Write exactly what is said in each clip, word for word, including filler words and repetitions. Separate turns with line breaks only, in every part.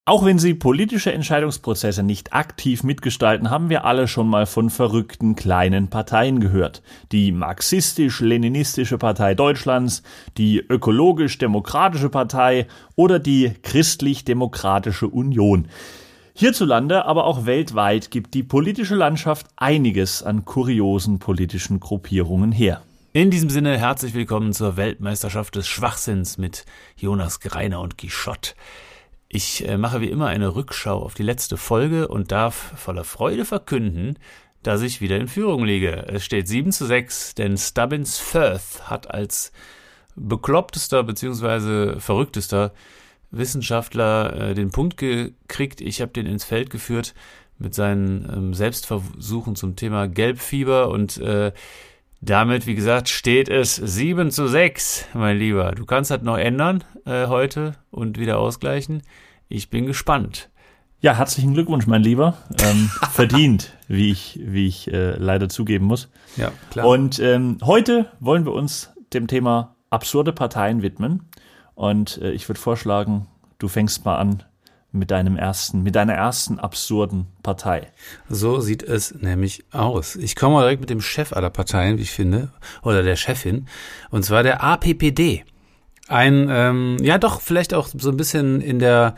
Auch wenn sie politische Entscheidungsprozesse nicht aktiv mitgestalten, haben wir alle schon mal von verrückten kleinen Parteien gehört. Die Marxistisch-Leninistische Partei Deutschlands, die Ökologisch-Demokratische Partei oder die Christlich-Demokratische Union. Hierzulande, aber auch weltweit gibt die politische Landschaft einiges an kuriosen politischen Gruppierungen her.
In diesem Sinne herzlich willkommen zur Weltmeisterschaft des Schwachsinns mit Jonas Greiner und Guichot. Ich äh, mache wie immer eine Rückschau auf die letzte Folge und darf voller Freude verkünden, dass ich wieder in Führung liege. Es steht sieben zu sechs, denn Stubbins Firth hat als beklopptester bzw. verrücktester Wissenschaftler äh, den Punkt gekriegt. Ich habe den ins Feld geführt mit seinen ähm, Selbstversuchen zum Thema Gelbfieber und äh, damit, wie gesagt, steht es sieben zu sechs, mein Lieber. Du kannst das noch ändern äh, heute und wieder ausgleichen. Ich bin gespannt.
Ja, herzlichen Glückwunsch, mein Lieber. Ähm, verdient, wie ich, wie ich äh, leider zugeben muss.
Ja, klar.
Und ähm, heute wollen wir uns dem Thema absurde Parteien widmen. Und äh, ich würde vorschlagen, du fängst mal an mit deinem ersten, mit deiner ersten absurden Partei.
So sieht es nämlich aus. Ich komme mal direkt mit dem Chef aller Parteien, wie ich finde, oder der Chefin, und zwar der A P P D. Ein, ähm, ja doch, vielleicht auch so ein bisschen in der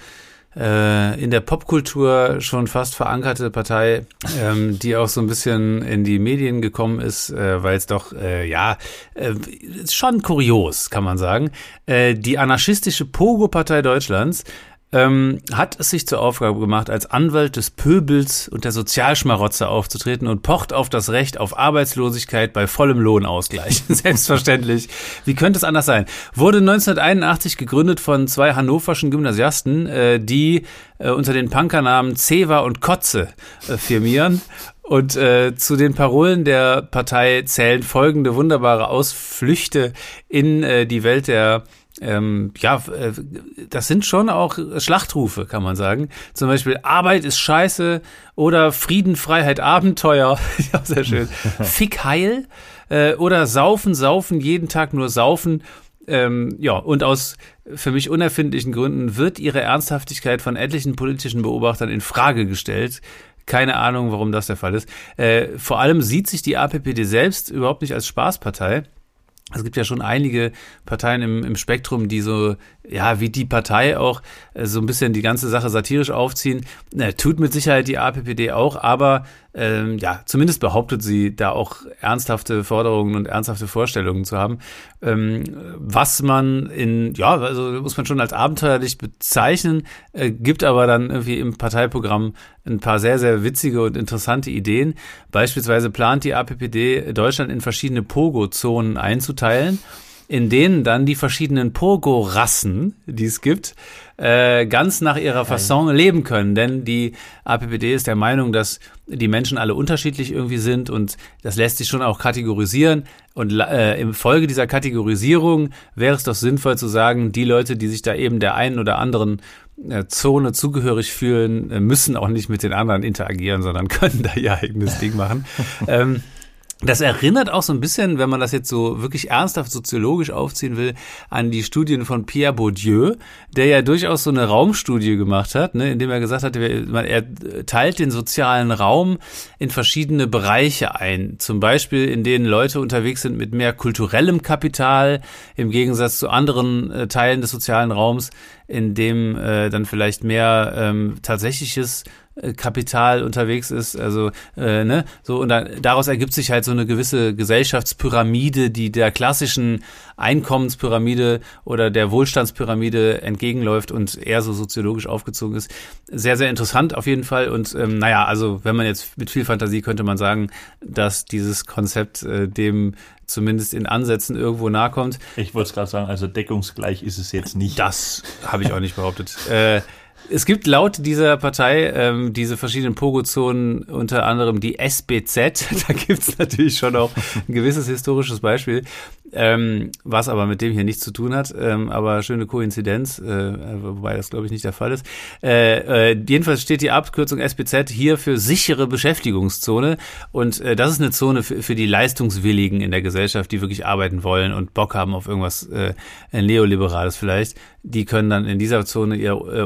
äh, in der Popkultur schon fast verankerte Partei, ähm, die auch so ein bisschen in die Medien gekommen ist, äh, weil es doch, äh, ja, äh, ist schon kurios, kann man sagen. Äh, die anarchistische Pogo-Partei Deutschlands Ähm, hat es sich zur Aufgabe gemacht, als Anwalt des Pöbels und der Sozialschmarotzer aufzutreten und pocht auf das Recht auf Arbeitslosigkeit bei vollem Lohnausgleich. Selbstverständlich. Wie könnte es anders sein? Wurde neunzehnhunderteinundachtzig gegründet von zwei hannoverschen Gymnasiasten, äh, die äh, unter den Punkernamen Zewa und Kotze äh, firmieren. Und äh, zu den Parolen der Partei zählen folgende wunderbare Ausflüchte in äh, die Welt der Ähm, ja, das sind schon auch Schlachtrufe, kann man sagen. Zum Beispiel Arbeit ist scheiße oder Frieden, Freiheit, Abenteuer. Ja, sehr schön. Fick heil äh, oder Saufen, Saufen, jeden Tag nur Saufen. Ähm, ja, und aus für mich unerfindlichen Gründen wird ihre Ernsthaftigkeit von etlichen politischen Beobachtern in Frage gestellt. Keine Ahnung, warum das der Fall ist. Äh, vor allem sieht sich die A P P D selbst überhaupt nicht als Spaßpartei. Es gibt ja schon einige Parteien im, im Spektrum, die so, ja, wie die Partei auch, äh, so ein bisschen die ganze Sache satirisch aufziehen. Äh, tut mit Sicherheit die A P P D auch, aber ähm, ja, zumindest behauptet sie, da auch ernsthafte Forderungen und ernsthafte Vorstellungen zu haben. Ähm, was man in, ja, also muss man schon als abenteuerlich bezeichnen, äh, gibt aber dann irgendwie im Parteiprogramm ein paar sehr, sehr witzige und interessante Ideen. Beispielsweise plant die A P P D, Deutschland in verschiedene Pogo-Zonen einzuteilen, in denen dann die verschiedenen Pogo-Rassen, die es gibt, äh, ganz nach ihrer Fasson leben können. Denn die A P P D ist der Meinung, dass die Menschen alle unterschiedlich irgendwie sind und das lässt sich schon auch kategorisieren. Und äh, im Folge dieser Kategorisierung wäre es doch sinnvoll zu sagen, die Leute, die sich da eben der einen oder anderen äh, Zone zugehörig fühlen, äh, müssen auch nicht mit den anderen interagieren, sondern können da ihr eigenes Ding machen. ähm, Das erinnert auch so ein bisschen, wenn man das jetzt so wirklich ernsthaft soziologisch aufziehen will, an die Studien von Pierre Bourdieu, der ja durchaus so eine Raumstudie gemacht hat, ne, indem er gesagt hat, er teilt den sozialen Raum in verschiedene Bereiche ein. Zum Beispiel, in denen Leute unterwegs sind mit mehr kulturellem Kapital, im Gegensatz zu anderen äh, Teilen des sozialen Raums, in dem äh, dann vielleicht mehr ähm, tatsächliches Kapital unterwegs ist, also äh, ne, so, und dann, daraus ergibt sich halt so eine gewisse Gesellschaftspyramide, die der klassischen Einkommenspyramide oder der Wohlstandspyramide entgegenläuft und eher so soziologisch aufgezogen ist. Sehr, sehr interessant auf jeden Fall und ähm, naja, also wenn man jetzt mit viel Fantasie könnte man sagen, dass dieses Konzept äh, dem zumindest in Ansätzen irgendwo nahe kommt.
Ich wollte es gerade sagen, also deckungsgleich ist es jetzt nicht.
Das habe ich auch nicht behauptet. äh, Es gibt laut dieser Partei ähm, diese verschiedenen Pogo-Zonen, unter anderem die S B Z. Da gibt's natürlich schon auch ein gewisses historisches Beispiel, ähm, was aber mit dem hier nichts zu tun hat. Ähm, aber schöne Koinzidenz, äh, wobei das, glaube ich, nicht der Fall ist. Äh, äh, jedenfalls steht die Abkürzung S B Z hier für sichere Beschäftigungszone. Und äh, das ist eine Zone für, für die Leistungswilligen in der Gesellschaft, die wirklich arbeiten wollen und Bock haben auf irgendwas äh, Neoliberales vielleicht. Die können dann in dieser Zone ihr äh, Unwesen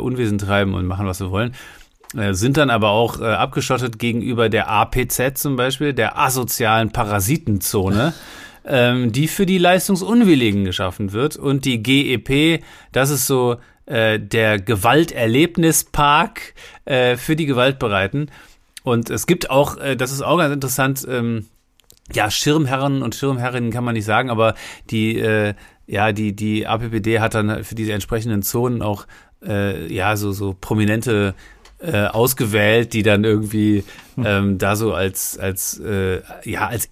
betreiben und machen, was sie wollen. Äh, sind dann aber auch äh, abgeschottet gegenüber der A P Z zum Beispiel, der asozialen Parasitenzone, ähm, die für die Leistungsunwilligen geschaffen wird. Und die G E P, das ist so äh, der Gewalterlebnispark äh, für die Gewaltbereiten. Und es gibt auch, äh, das ist auch ganz interessant, ähm, ja, Schirmherren und Schirmherrinnen kann man nicht sagen, aber die, äh, ja, die, die A P P D hat dann für diese entsprechenden Zonen auch, äh, ja, so, so prominente äh, ausgewählt, die dann irgendwie ähm, da so als, als, äh, ja, als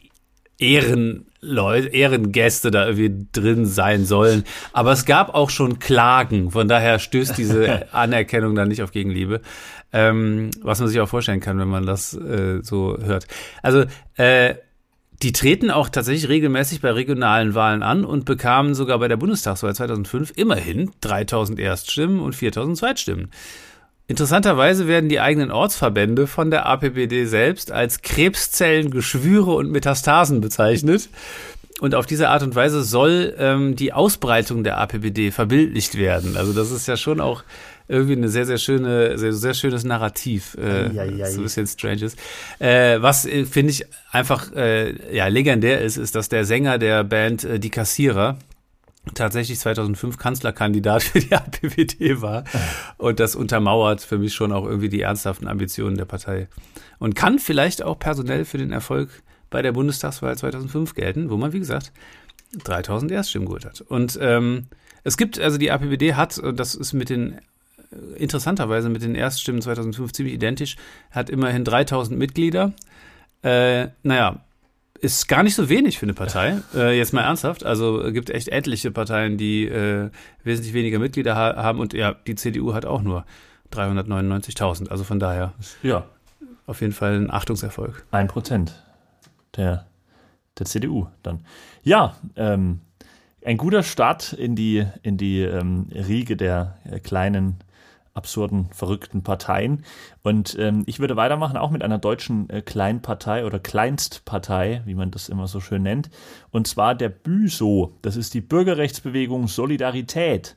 Ehrenleute, Ehrengäste da irgendwie drin sein sollen. Aber es gab auch schon Klagen, von daher stößt diese Anerkennung dann nicht auf Gegenliebe. Ähm, was man sich auch vorstellen kann, wenn man das äh, so hört. Also, äh, die treten auch tatsächlich regelmäßig bei regionalen Wahlen an und bekamen sogar bei der Bundestagswahl zweitausendfünf immerhin dreitausend Erststimmen und viertausend Zweitstimmen. Interessanterweise werden die eigenen Ortsverbände von der A P P D selbst als Krebszellen, Geschwüre und Metastasen bezeichnet. Und auf diese Art und Weise soll ähm, die Ausbreitung der A P P D verbildlicht werden. Also das ist ja schon auch irgendwie eine sehr, sehr schöne, sehr, sehr schönes Narrativ, äh, ja, ja, ja. So ein bisschen stranges. Äh, was, äh, finde ich, einfach äh, ja legendär ist, ist, dass der Sänger der Band äh, Die Kassierer tatsächlich zweitausendfünf Kanzlerkandidat für die A P P D war. Und das untermauert für mich schon auch irgendwie die ernsthaften Ambitionen der Partei. Und kann vielleicht auch personell für den Erfolg bei der Bundestagswahl zweitausendfünf gelten, wo man, wie gesagt, dreitausend Erststimmen geholt hat. Und ähm, es gibt, also die A P P D hat, und das ist mit den interessanterweise mit den Erststimmen zweitausendfünf ziemlich identisch, hat immerhin dreitausend Mitglieder. Äh, naja, ist gar nicht so wenig für eine Partei, äh, jetzt mal ernsthaft. Also es gibt echt etliche Parteien, die äh, wesentlich weniger Mitglieder ha- haben und ja, die C D U hat auch nur dreihundertneunundneunzigtausend. Also von daher
ja,
auf jeden Fall ein Achtungserfolg.
Ein Prozent der, der C D U dann. Ja, ähm, ein guter Start in die, in die ähm, Riege der äh, kleinen, absurden, verrückten Parteien. Und ähm, ich würde weitermachen, auch mit einer deutschen äh, Kleinpartei oder Kleinstpartei, wie man das immer so schön nennt. Und zwar der BÜSO. Das ist die Bürgerrechtsbewegung Solidarität.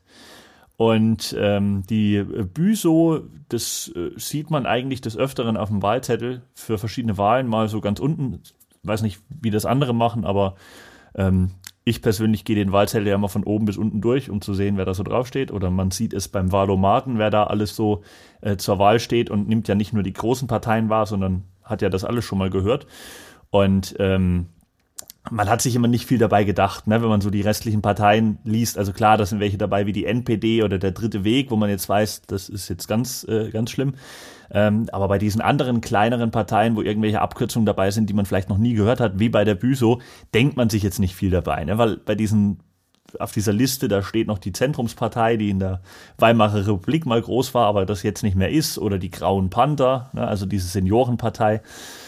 Und ähm, die BÜSO, das äh, sieht man eigentlich des Öfteren auf dem Wahlzettel für verschiedene Wahlen, mal so ganz unten. Ich weiß nicht, wie das andere machen, aber ähm, ich persönlich gehe den Wahlzettel ja mal von oben bis unten durch, um zu sehen, wer da so draufsteht. Oder man sieht es beim Wahlomaten, wer da alles so äh, zur Wahl steht und nimmt ja nicht nur die großen Parteien wahr, sondern hat ja das alles schon mal gehört. Und ähm, man hat sich immer nicht viel dabei gedacht, ne, wenn man so die restlichen Parteien liest. Also klar, da sind welche dabei wie die N P D oder der Dritte Weg, wo man jetzt weiß, das ist jetzt ganz, äh, ganz schlimm. Ähm, aber bei diesen anderen kleineren Parteien, wo irgendwelche Abkürzungen dabei sind, die man vielleicht noch nie gehört hat, wie bei der BÜSO, denkt man sich jetzt nicht viel dabei, ne? Weil bei diesen, auf dieser Liste, da steht noch die Zentrumspartei, die in der Weimarer Republik mal groß war, aber das jetzt nicht mehr ist, oder die Grauen Panther, ne? Also diese Seniorenpartei.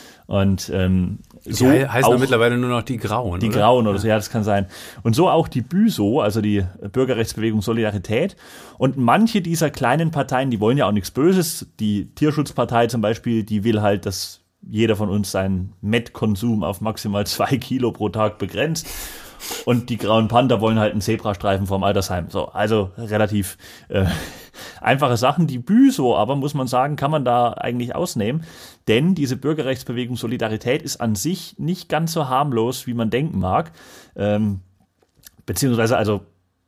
Und ähm, so
die heißen auch mittlerweile nur noch die Grauen.
Die
oder?
Grauen oder so, ja, das kann sein. Und so auch die BÜSO, also die Bürgerrechtsbewegung Solidarität. Und manche dieser kleinen Parteien, die wollen ja auch nichts Böses. Die Tierschutzpartei zum Beispiel, die will halt, dass jeder von uns seinen Mettkonsum auf maximal zwei Kilo pro Tag begrenzt. Und die Grauen Panther wollen halt einen Zebrastreifen vorm Altersheim. So, also relativ äh, einfache Sachen. Die BÜSO aber, muss man sagen, kann man da eigentlich ausnehmen. Denn diese Bürgerrechtsbewegung Solidarität ist an sich nicht ganz so harmlos, wie man denken mag. Ähm, beziehungsweise also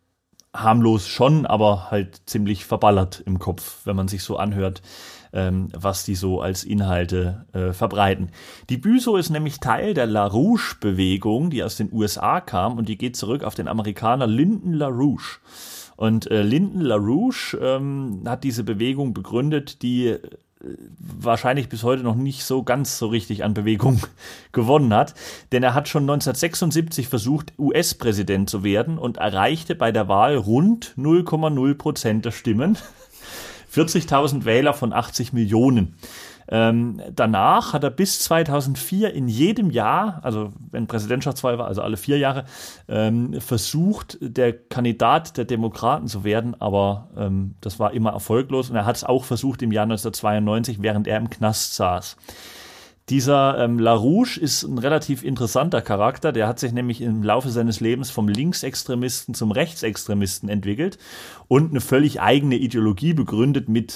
harmlos schon, aber halt ziemlich verballert im Kopf, wenn man sich so anhört, ähm, was die so als Inhalte äh, verbreiten. Die BÜSO ist nämlich Teil der LaRouche-Bewegung, die aus den U S A kam, und die geht zurück auf den Amerikaner Lyndon LaRouche. Und äh, Lyndon LaRouche ähm, hat diese Bewegung begründet, die äh, wahrscheinlich bis heute noch nicht so ganz so richtig an Bewegung gewonnen hat. Denn er hat schon neunzehnhundertsechsundsiebzig versucht, U S-Präsident zu werden und erreichte bei der Wahl rund null Komma null Prozent der Stimmen. vierzigtausend Wähler von achtzig Millionen. Ähm, danach hat er bis zweitausendvier in jedem Jahr, also wenn Präsidentschaftswahl war, also alle vier Jahre, ähm, versucht, der Kandidat der Demokraten zu werden, aber ähm, das war immer erfolglos, und er hat es auch versucht im Jahr neunzehnhundertzweiundneunzig, während er im Knast saß. Dieser ähm, LaRouche ist ein relativ interessanter Charakter, der hat sich nämlich im Laufe seines Lebens vom Linksextremisten zum Rechtsextremisten entwickelt und eine völlig eigene Ideologie begründet mit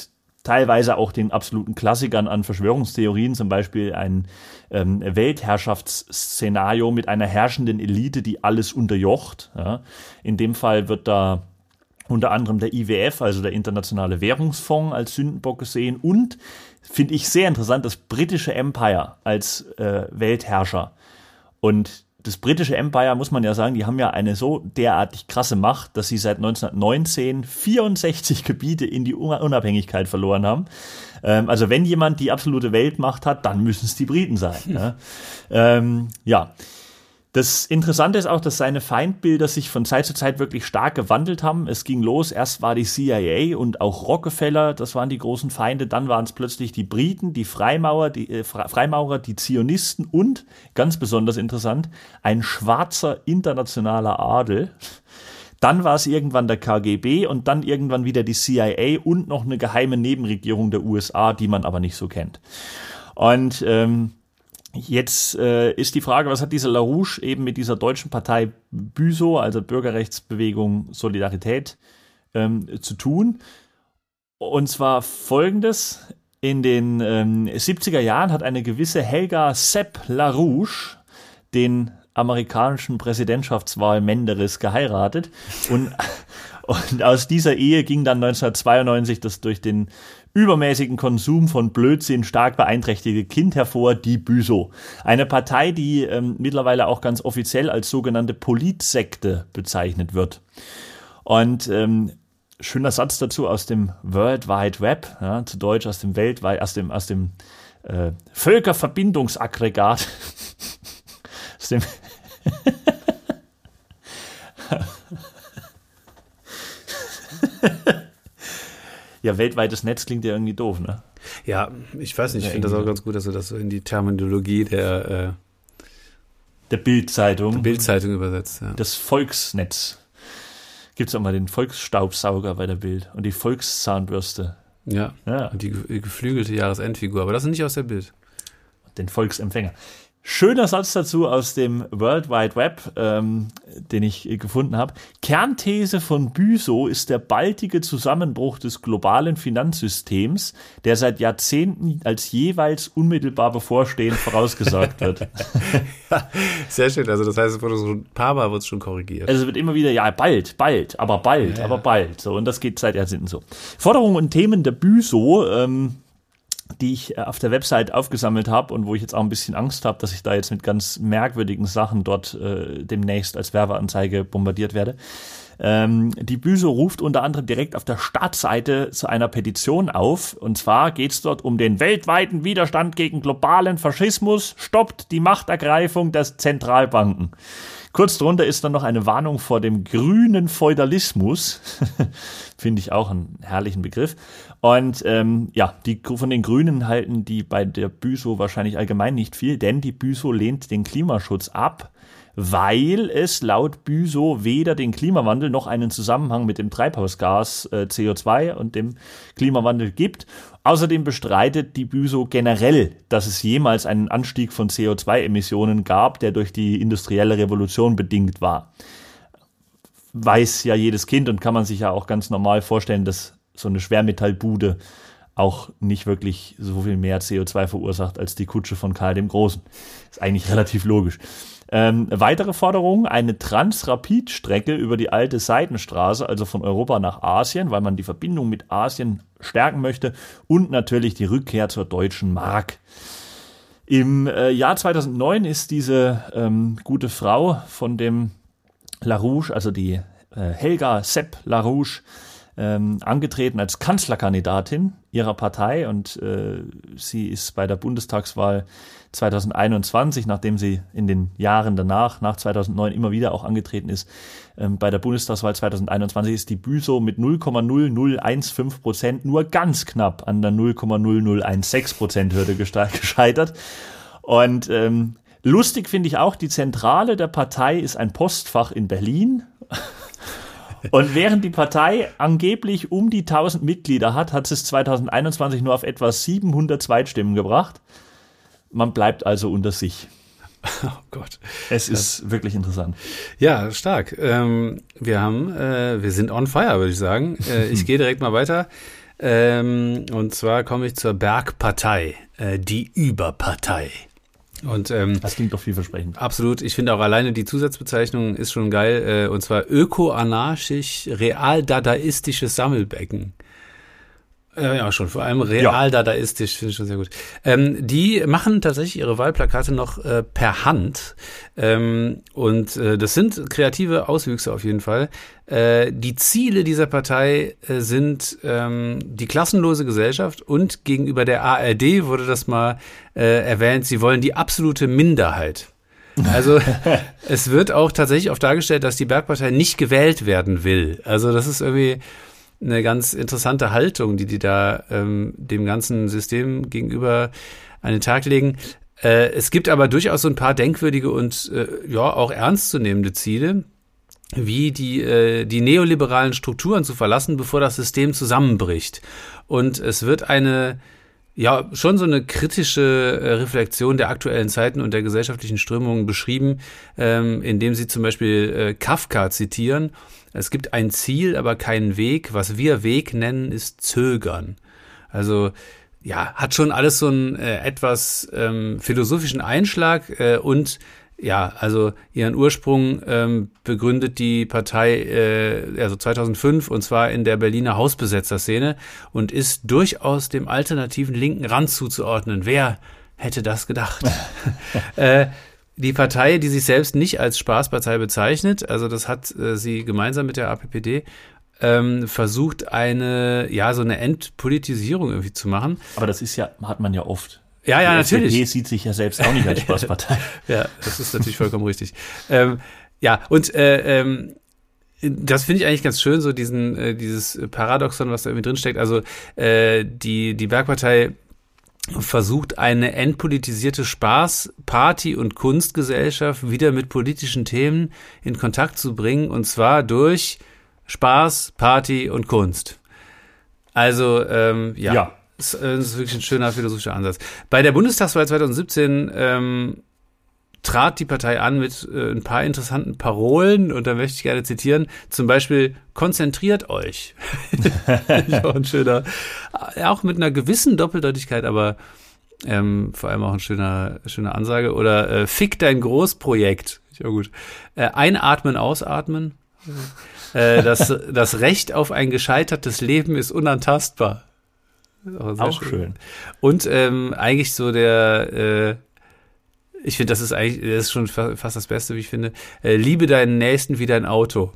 teilweise auch den absoluten Klassikern an Verschwörungstheorien, zum Beispiel ein ähm, Weltherrschaftsszenario mit einer herrschenden Elite, die alles unterjocht. Ja. In dem Fall wird da unter anderem der I W F, also der Internationale Währungsfonds, als Sündenbock gesehen und, finde ich sehr interessant, das britische Empire als äh, Weltherrscher. Und das britische Empire, muss man ja sagen, die haben ja eine so derartig krasse Macht, dass sie seit neunzehnhundertneunzehn vierundsechzig Gebiete in die Unabhängigkeit verloren haben. Ähm, also wenn jemand die absolute Weltmacht hat, dann müssen es die Briten sein. Hm. Ja. Ähm, ja. Das Interessante ist auch, dass seine Feindbilder sich von Zeit zu Zeit wirklich stark gewandelt haben. Es ging los, erst war die C I A und auch Rockefeller, das waren die großen Feinde. Dann waren es plötzlich die Briten, die Freimaurer, die äh, Freimaurer, die Zionisten und, ganz besonders interessant, ein schwarzer internationaler Adel. Dann war es irgendwann der K G B und dann irgendwann wieder die C I A und noch eine geheime Nebenregierung der U S A, die man aber nicht so kennt. Und ähm, Jetzt äh, ist die Frage, was hat diese LaRouche eben mit dieser deutschen Partei B U S O, also Bürgerrechtsbewegung Solidarität, ähm, zu tun? Und zwar Folgendes: In den ähm, siebziger Jahren hat eine gewisse Helga Sepp LaRouche den amerikanischen Präsidentschaftswahl Menderes geheiratet und, und aus dieser Ehe ging dann neunzehnhundertzweiundneunzig das durch den übermäßigen Konsum von Blödsinn stark beeinträchtigte Kind hervor, die B U S O. Eine Partei, die ähm, mittlerweile auch ganz offiziell als sogenannte Politsekte bezeichnet wird. Und ähm, schöner Satz dazu aus dem World Wide Web, ja, zu Deutsch aus dem weltweit, aus dem, aus dem äh, Völkerverbindungsaggregat, aus dem Ja, weltweites Netz klingt ja irgendwie doof, ne?
Ja, ich weiß nicht, ich finde das auch ganz gut, dass du das so in die Terminologie der äh,
der Bild-Zeitung
der Bild-Zeitung übersetzt. Ja.
Das Volksnetz. Gibt es auch mal den Volksstaubsauger bei der Bild und die Volkszahnbürste.
Ja, ja. Und die, die geflügelte Jahresendfigur, aber das ist nicht aus der Bild.
Den Volksempfänger. Schöner Satz dazu aus dem World Wide Web, ähm, den ich äh, gefunden habe. Kernthese von B U S O ist der baldige Zusammenbruch des globalen Finanzsystems, der seit Jahrzehnten als jeweils unmittelbar bevorstehend vorausgesagt wird.
Ja, sehr schön, also das heißt, es wurde so ein paar Mal wird es schon korrigiert.
Also es wird immer wieder, ja, bald, bald, aber bald, ja, aber ja. bald. So, und das geht seit Jahrzehnten so. Forderungen und Themen der B U S O, ähm, die ich auf der Website aufgesammelt habe und wo ich jetzt auch ein bisschen Angst habe, dass ich da jetzt mit ganz merkwürdigen Sachen dort äh, demnächst als Werbeanzeige bombardiert werde. Ähm, die B U S O ruft unter anderem direkt auf der Startseite zu einer Petition auf. Und zwar geht es dort um den weltweiten Widerstand gegen globalen Faschismus, stoppt die Machtergreifung der Zentralbanken. Kurz drunter ist dann noch eine Warnung vor dem grünen Feudalismus. Finde ich auch einen herrlichen Begriff. Und ähm, ja, die von den Grünen halten die bei der B U S O wahrscheinlich allgemein nicht viel, denn die B U S O lehnt den Klimaschutz ab, weil es laut B U S O weder den Klimawandel noch einen Zusammenhang mit dem Treibhausgas äh, C O zwei und dem Klimawandel gibt. Außerdem bestreitet die B U S O generell, dass es jemals einen Anstieg von C O zwei Emissionen gab, der durch die industrielle Revolution bedingt war. Weiß ja jedes Kind und kann man sich ja auch ganz normal vorstellen, dass so eine Schwermetallbude auch nicht wirklich so viel mehr C O zwei verursacht als die Kutsche von Karl dem Großen. Ist eigentlich relativ logisch. Ähm, weitere Forderung, eine Transrapid-Strecke über die alte Seidenstraße, also von Europa nach Asien, weil man die Verbindung mit Asien stärken möchte und natürlich die Rückkehr zur deutschen Mark. Im äh, Jahr zweitausendneun ist diese ähm, gute Frau von dem LaRouche, also die äh, Helga Sepp LaRouche, ähm, angetreten als Kanzlerkandidatin ihrer Partei und äh, sie ist bei der Bundestagswahl zweitausendeinundzwanzig, nachdem sie in den Jahren danach, nach zweitausendneun immer wieder auch angetreten ist, ähm, bei der Bundestagswahl zweitausendeinundzwanzig ist die B U S O mit null Komma null null eins fünf Prozent nur ganz knapp an der null Komma null null eins sechs Prozent Hürde gescheitert. Und ähm, lustig finde ich auch, die Zentrale der Partei ist ein Postfach in Berlin. Und während die Partei angeblich um die tausend Mitglieder hat, hat es zweitausendeinundzwanzig nur auf etwa siebenhundert Zweitstimmen gebracht. Man bleibt also unter sich.
Oh Gott.
Es ist ja wirklich interessant.
Ja, stark. Ähm, wir haben, äh, wir sind on fire, würde ich sagen. Äh, ich gehe direkt mal weiter. Ähm, und zwar komme ich zur Bergpartei, äh, die Überpartei. Und, ähm,
das klingt doch vielversprechend.
Absolut. Ich finde auch alleine die Zusatzbezeichnung ist schon geil. Äh, und zwar öko-anarchisch, real-dadaistisches Sammelbecken. Äh, ja, schon. Vor allem real-dadaistisch finde ich schon sehr gut. Ähm, die machen tatsächlich ihre Wahlplakate noch äh, per Hand. Ähm, und äh, das sind kreative Auswüchse auf jeden Fall. Äh, die Ziele dieser Partei äh, sind ähm, die klassenlose Gesellschaft und gegenüber der A R D wurde das mal äh, erwähnt, sie wollen die absolute Minderheit. Also es wird auch tatsächlich oft dargestellt, dass die Bergpartei nicht gewählt werden will. Also das ist irgendwie eine ganz interessante Haltung, die die da ähm, dem ganzen System gegenüber an den Tag legen. Äh, es gibt aber durchaus so ein paar denkwürdige und äh, ja auch ernstzunehmende Ziele, wie die äh, die neoliberalen Strukturen zu verlassen, bevor das System zusammenbricht. Und es wird eine ja schon so eine kritische äh, Reflexion der aktuellen Zeiten und der gesellschaftlichen Strömungen beschrieben, ähm, indem sie zum Beispiel äh, Kafka zitieren. Es gibt ein Ziel, aber keinen Weg. Was wir Weg nennen, ist Zögern. Also ja, hat schon alles so einen äh, etwas ähm, philosophischen Einschlag äh, und ja, also ihren Ursprung ähm, begründet die Partei äh, also zweitausendfünf und zwar in der Berliner Hausbesetzerszene und ist durchaus dem alternativen linken Rand zuzuordnen. Wer hätte das gedacht? äh, Die Partei, die sich selbst nicht als Spaßpartei bezeichnet, also das hat äh, sie gemeinsam mit der A P P D, ähm, versucht eine, ja, so eine Entpolitisierung irgendwie zu machen.
Aber das ist ja, hat man ja oft.
Ja, ja,
die
natürlich.
Die S P D sieht sich ja selbst auch nicht als Spaßpartei.
Ja, das ist natürlich vollkommen richtig. Ähm, ja, und äh, ähm, das finde ich eigentlich ganz schön, so diesen, äh, dieses Paradoxon, was da irgendwie drinsteckt. Also äh, die, die Bergpartei versucht eine entpolitisierte Spaß-, Party- und Kunstgesellschaft wieder mit politischen Themen in Kontakt zu bringen, und zwar durch Spaß, Party und Kunst. Also, ähm, ja,
ja.
Das ist wirklich ein schöner philosophischer Ansatz. Bei der Bundestagswahl zweitausendsiebzehn ähm, trat die Partei an mit äh, ein paar interessanten Parolen und da möchte ich gerne zitieren, zum Beispiel konzentriert euch. Auch ein schöner, auch mit einer gewissen Doppeldeutigkeit, aber ähm, vor allem auch ein schöner, schöne Ansage. Oder äh, fick dein Großprojekt. Ja gut. Äh, einatmen, ausatmen. äh, das, das Recht auf ein gescheitertes Leben ist unantastbar. Auch,
auch schön.
schön. Und ähm, eigentlich so der äh, ich finde, das ist eigentlich, das ist schon fast das Beste, wie ich finde. Äh, liebe deinen Nächsten wie dein Auto.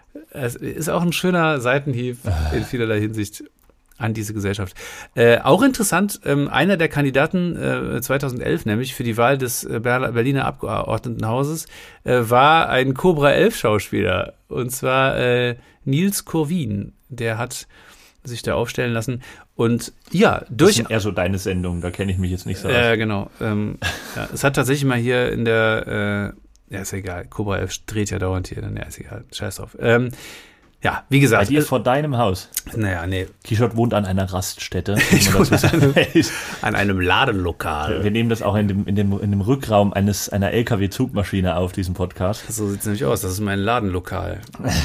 Es ist auch ein schöner Seitenhieb in vielerlei Hinsicht an diese Gesellschaft. Äh, auch interessant, ähm, einer der Kandidaten äh, zweitausendelf, nämlich für die Wahl des äh, Berliner Abgeordnetenhauses, äh, war ein Cobra elf Schauspieler. Und zwar äh, Nils Corvin. Der hat sich da aufstellen lassen. Und ja, durch.
Das sind eher so deine Sendungen, da kenne ich mich jetzt nicht so aus.
Ja, äh, genau. Ähm, ja, es hat tatsächlich mal hier in der, äh, ja, ist egal, Cobra elf dreht ja dauernd hier, dann ja, ist egal, scheiß drauf. Ähm, ja, wie gesagt.
Bei dir vor deinem Haus.
Naja, nee.
Quichotte wohnt an einer Raststätte.
Ich wohne an, einem, an einem Ladenlokal.
Wir nehmen das auch in dem, in dem, in dem Rückraum eines, einer L K W-Zugmaschine auf, diesen Podcast.
So sieht es nämlich aus, das ist mein Ladenlokal.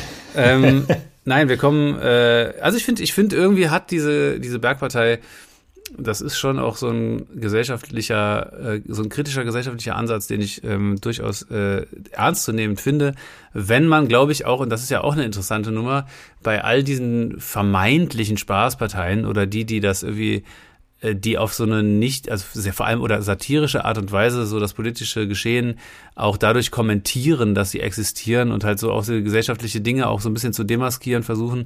ähm, Nein, wir kommen, äh, also ich finde, ich finde irgendwie hat diese, diese Bergpartei, das ist schon auch so ein gesellschaftlicher, äh, so ein kritischer gesellschaftlicher Ansatz, den ich ähm, durchaus äh, ernstzunehmend finde, wenn man, glaube ich, auch, und das ist ja auch eine interessante Nummer, bei all diesen vermeintlichen Spaßparteien oder die, die das irgendwie die auf so eine nicht, also sehr vor allem oder satirische Art und Weise so das politische Geschehen auch dadurch kommentieren, dass sie existieren und halt so auch so gesellschaftliche Dinge auch so ein bisschen zu demaskieren versuchen.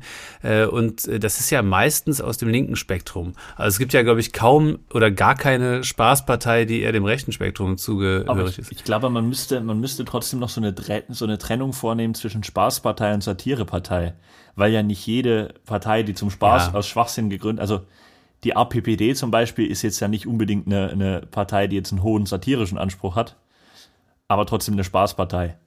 Und das ist ja meistens aus dem linken Spektrum. Also es gibt ja, glaube ich, kaum oder gar keine Spaßpartei, die eher dem rechten Spektrum zugehörig ist.
Ich, ich glaube, man müsste, man müsste trotzdem noch so eine, so eine Trennung vornehmen zwischen Spaßpartei und Satirepartei. Weil ja nicht jede Partei, die zum Spaß ja. aus Schwachsinn gegründet, also die A P P D zum Beispiel ist jetzt ja nicht unbedingt eine, eine Partei, die jetzt einen hohen satirischen Anspruch hat, aber trotzdem eine Spaßpartei.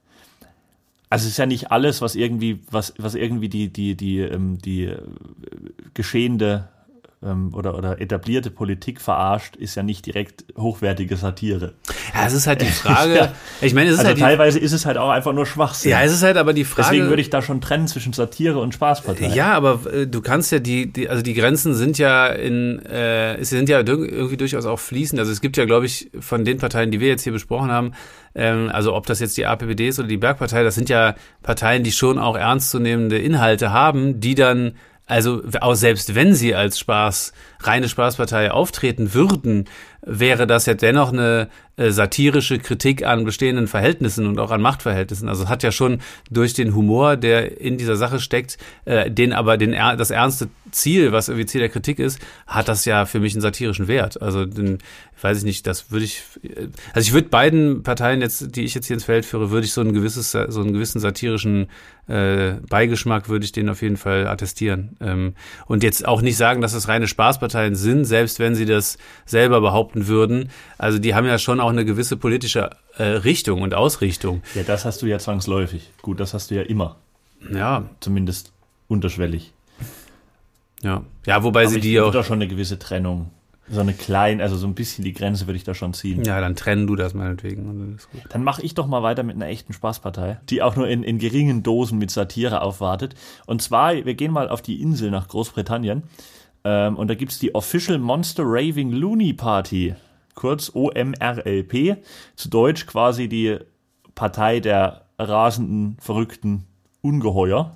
Also es ist ja nicht alles, was irgendwie, was, was irgendwie die, die, die, die, die geschehende ähm, oder, oder etablierte Politik verarscht, ist ja nicht direkt hochwertige Satire.
Ja, es ist halt die Frage, ja. ich meine, es ist
also
halt die,
teilweise ist es halt auch einfach nur Schwachsinn.
Ja, es ist halt aber die Frage.
Deswegen würde ich da schon trennen zwischen Satire und Spaßpartei.
Ja, aber äh, du kannst ja die, die, also die Grenzen sind ja in, äh, es sind ja irgendwie durchaus auch fließend. Also es gibt ja, glaube ich, von den Parteien, die wir jetzt hier besprochen haben, ähm, also ob das jetzt die A P P D ist oder die Bergpartei, das sind ja Parteien, die schon auch ernstzunehmende Inhalte haben, die dann also auch selbst wenn sie als Spaß, reine Spaßpartei auftreten würden, wäre das ja dennoch eine äh, satirische Kritik an bestehenden Verhältnissen und auch an Machtverhältnissen. Also es hat ja schon durch den Humor, der in dieser Sache steckt, äh, den aber den das ernste Ziel, was irgendwie Ziel der Kritik ist, hat das ja für mich einen satirischen Wert. Also den, weiß ich nicht, das würde ich, also ich würde beiden Parteien jetzt, die ich jetzt hier ins Feld führe, würde ich so ein gewisses, so einen gewissen satirischen äh, Beigeschmack würde ich denen auf jeden Fall attestieren. Ähm, und jetzt auch nicht sagen, dass es reine Spaßparteien sind, selbst wenn sie das selber behaupten würden. Also die haben ja schon auch eine gewisse politische äh, Richtung und Ausrichtung.
Ja, das hast du ja zwangsläufig. Gut, das hast du ja immer.
Ja.
Zumindest unterschwellig.
Ja, ja, wobei
Aber
sie
ich
die auch.
Da schon eine gewisse Trennung. So eine kleine, also so ein bisschen die Grenze würde ich da schon ziehen.
Ja, dann trennen du das meinetwegen. Und dann ist gut.
Dann mache ich doch mal weiter mit einer echten Spaßpartei, die auch nur in, in geringen Dosen mit Satire aufwartet. Und zwar, wir gehen mal auf die Insel nach Großbritannien. Ähm, und da gibt's die Official Monster Raving Loony Party, kurz O M R L P, zu Deutsch quasi die Partei der rasenden, verrückten Ungeheuer.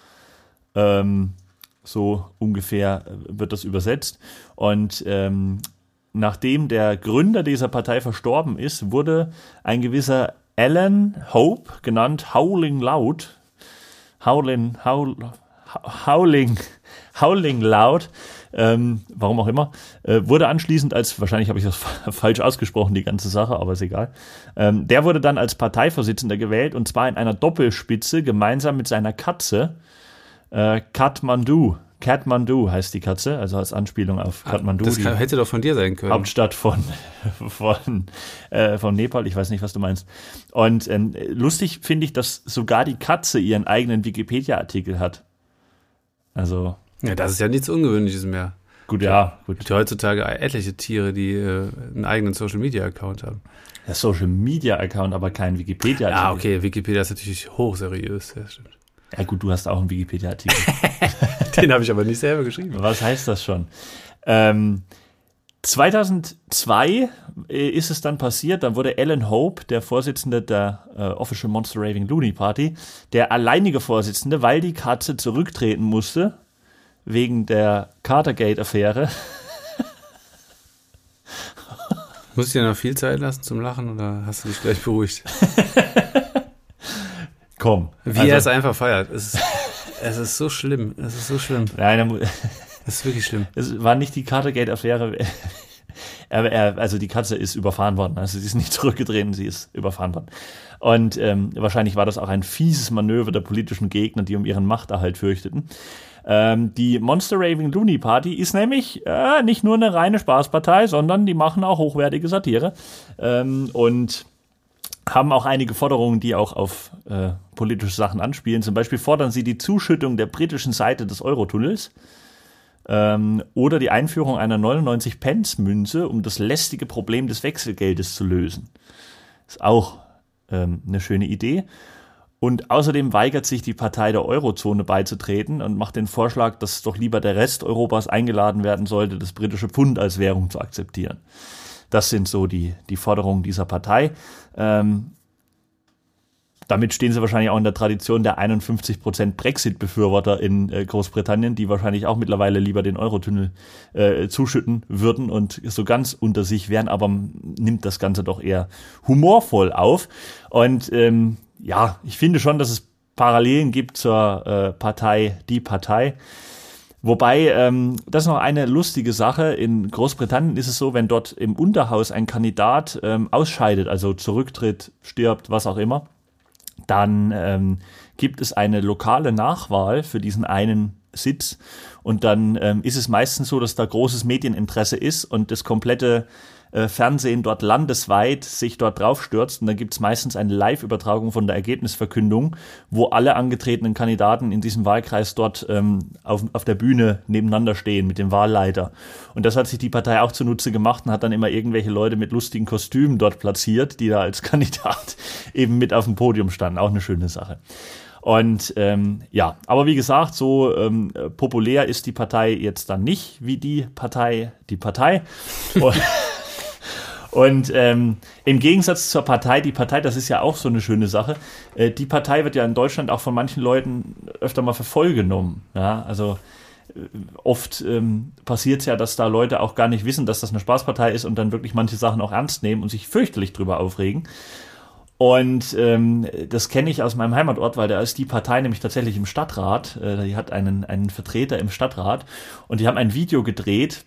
Ähm, so ungefähr wird das übersetzt. Und ähm, nachdem der Gründer dieser Partei verstorben ist, wurde ein gewisser Alan Hope, genannt Howling Loud, Howling, Howl, Howling, Howling Loud, ähm, warum auch immer, äh, wurde anschließend als, wahrscheinlich habe ich das falsch ausgesprochen, die ganze Sache, aber ist egal, ähm, der wurde dann als Parteivorsitzender gewählt, und zwar in einer Doppelspitze gemeinsam mit seiner Katze, äh, Kathmandu. Kathmandu heißt die Katze, also als Anspielung auf Kathmandu.
Das kann, hätte doch von dir sein können.
Hauptstadt von, von, äh, von Nepal, ich weiß nicht, was du meinst. Und ähm, lustig finde ich, dass sogar die Katze ihren eigenen Wikipedia-Artikel hat. Also.
Ja, das ist ja nichts Ungewöhnliches mehr.
Gut, ja, gut.
Es gibt heutzutage etliche Tiere, die äh, einen eigenen Social-Media-Account haben.
Der Social-Media-Account, aber kein Wikipedia-Artikel.
Ja, okay, Wikipedia ist natürlich hochseriös, ja, stimmt.
Ja gut, du hast auch einen Wikipedia-Artikel.
Den habe ich aber nicht selber geschrieben.
Was heißt das schon? Ähm, zweitausendzwei ist es dann passiert, dann wurde Alan Hope, der Vorsitzende der äh, Official Monster Raving Loony Party, der alleinige Vorsitzende, weil die Katze zurücktreten musste, wegen der Cartergate-Affäre.
Musst du dir noch viel Zeit lassen zum Lachen oder hast du dich gleich beruhigt?
Komm.
Wie also, er es einfach feiert. Es ist, es ist so schlimm. Es ist so schlimm.
Nein,
es ist wirklich schlimm.
Es war nicht die Cartergate-Affäre. Aber er, also die Katze ist überfahren worden. Also sie ist nicht zurückgetreten, sie ist überfahren worden. Und ähm, wahrscheinlich war das auch ein fieses Manöver der politischen Gegner, die um ihren Machterhalt fürchteten. Ähm, die Monster Raving Loony Party ist nämlich äh, nicht nur eine reine Spaßpartei, sondern die machen auch hochwertige Satire. Ähm, und haben auch einige Forderungen, die auch auf äh, politische Sachen anspielen. Zum Beispiel fordern sie die Zuschüttung der britischen Seite des Eurotunnels ähm, oder die Einführung einer neunundneunzig-Pence-Münze, um das lästige Problem des Wechselgeldes zu lösen. Ist auch ähm, eine schöne Idee. Und außerdem weigert sich die Partei der Eurozone beizutreten und macht den Vorschlag, dass doch lieber der Rest Europas eingeladen werden sollte, das britische Pfund als Währung zu akzeptieren. Das sind so die, die Forderungen dieser Partei. Ähm, damit stehen sie wahrscheinlich auch in der Tradition der einundfünfzig Prozent Brexit-Befürworter in äh, Großbritannien, die wahrscheinlich auch mittlerweile lieber den Eurotunnel äh, zuschütten würden und so ganz unter sich wären, aber nimmt das Ganze doch eher humorvoll auf. Und ähm, ja, ich finde schon, dass es Parallelen gibt zur äh, Partei Die Partei. Wobei, ähm, das ist noch eine lustige Sache. In Großbritannien ist es so, wenn dort im Unterhaus ein Kandidat ähm, ausscheidet, also zurücktritt, stirbt, was auch immer, dann ähm, gibt es eine lokale Nachwahl für diesen einen Sitz. Und dann ähm, ist es meistens so, dass da großes Medieninteresse ist und das komplette äh, Fernsehen dort landesweit sich dort draufstürzt. Und dann gibt es meistens eine Live-Übertragung von der Ergebnisverkündung, wo alle angetretenen Kandidaten in diesem Wahlkreis dort ähm, auf, auf der Bühne nebeneinander stehen mit dem Wahlleiter. Und das hat sich die Partei auch zunutze gemacht und hat dann immer irgendwelche Leute mit lustigen Kostümen dort platziert, die da als Kandidat eben mit auf dem Podium standen. Auch eine schöne Sache. Und ähm, ja, aber wie gesagt, so ähm, populär ist die Partei jetzt dann nicht wie die Partei, die Partei. Und, und ähm, im Gegensatz zur Partei, die Partei, das ist ja auch so eine schöne Sache, äh, die Partei wird ja in Deutschland auch von manchen Leuten öfter mal für voll genommen. Ja, also äh, oft ähm, passiert es ja, dass da Leute auch gar nicht wissen, dass das eine Spaßpartei ist und dann wirklich manche Sachen auch ernst nehmen und sich fürchterlich drüber aufregen. Und ähm, das kenne ich aus meinem Heimatort, weil da ist die Partei nämlich tatsächlich im Stadtrat. Äh, die hat einen, einen Vertreter im Stadtrat und die haben ein Video gedreht,